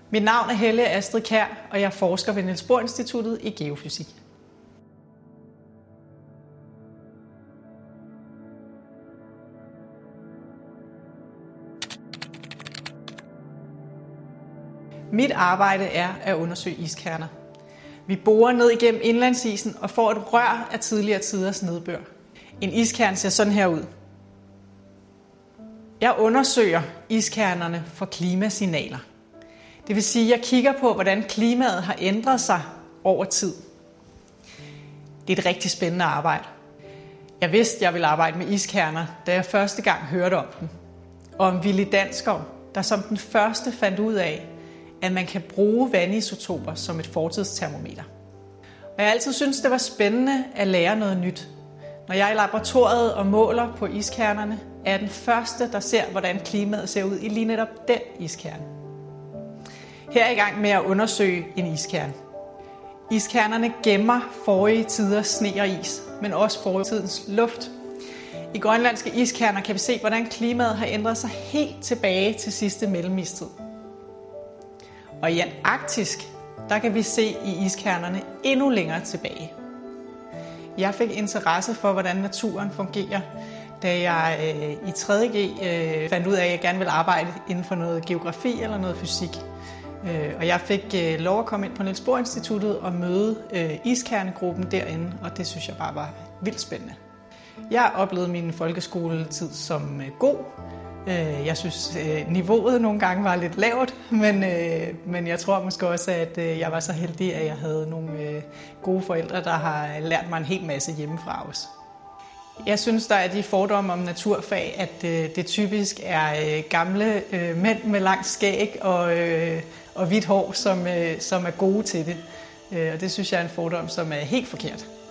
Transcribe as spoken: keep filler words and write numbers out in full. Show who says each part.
Speaker 1: Mit navn er Helle Astrid Kjær, og jeg forsker ved Niels Bohr Instituttet i geofysik. Mit arbejde er at undersøge iskerner. Vi borer ned igennem indlandsisen og får et rør af tidligere tiders nedbør. En iskerne ser sådan her ud. Jeg undersøger iskernerne for klimasignaler. Det vil sige, at jeg kigger på, hvordan klimaet har ændret sig over tid. Det er et rigtig spændende arbejde. Jeg vidste, at jeg ville arbejde med iskerner, da jeg første gang hørte om dem. Og om Willy Danskov, der som den første fandt ud af, at man kan bruge vandisotoper som et fortidstermometer. Og jeg altid synes, det var spændende at lære noget nyt. Når jeg er i laboratoriet og måler på iskernerne, er jeg den første, der ser, hvordan klimaet ser ud i lige netop den iskerne. Her er jeg i gang med at undersøge en iskerne. Iskernerne gemmer forrige tiders sne og is, men også forrige tidens luft. I grønlandske iskerner kan vi se, hvordan klimaet har ændret sig helt tilbage til sidste mellemistid. Og i Antarktis, der kan vi se i iskernerne endnu længere tilbage. Jeg fik interesse for, hvordan naturen fungerer, da jeg øh, i tredje G øh, fandt ud af, at jeg gerne ville arbejde inden for noget geografi eller noget fysik. Øh, og jeg fik øh, lov at komme ind på Niels Bohr Instituttet og møde øh, iskernegruppen derinde, og det synes jeg bare var vildt spændende. Jeg oplevede min folkeskoletid som øh, god. Jeg synes, niveauet nogle gange var lidt lavt, men, men jeg tror måske også, at jeg var så heldig, at jeg havde nogle gode forældre, der har lært mig en hel masse hjemmefra også. Jeg synes, der er de fordomme om naturfag, at det typisk er gamle mænd med langt skæg og, og hvidt hår, som, som er gode til det. Og det synes jeg er en fordom, som er helt forkert.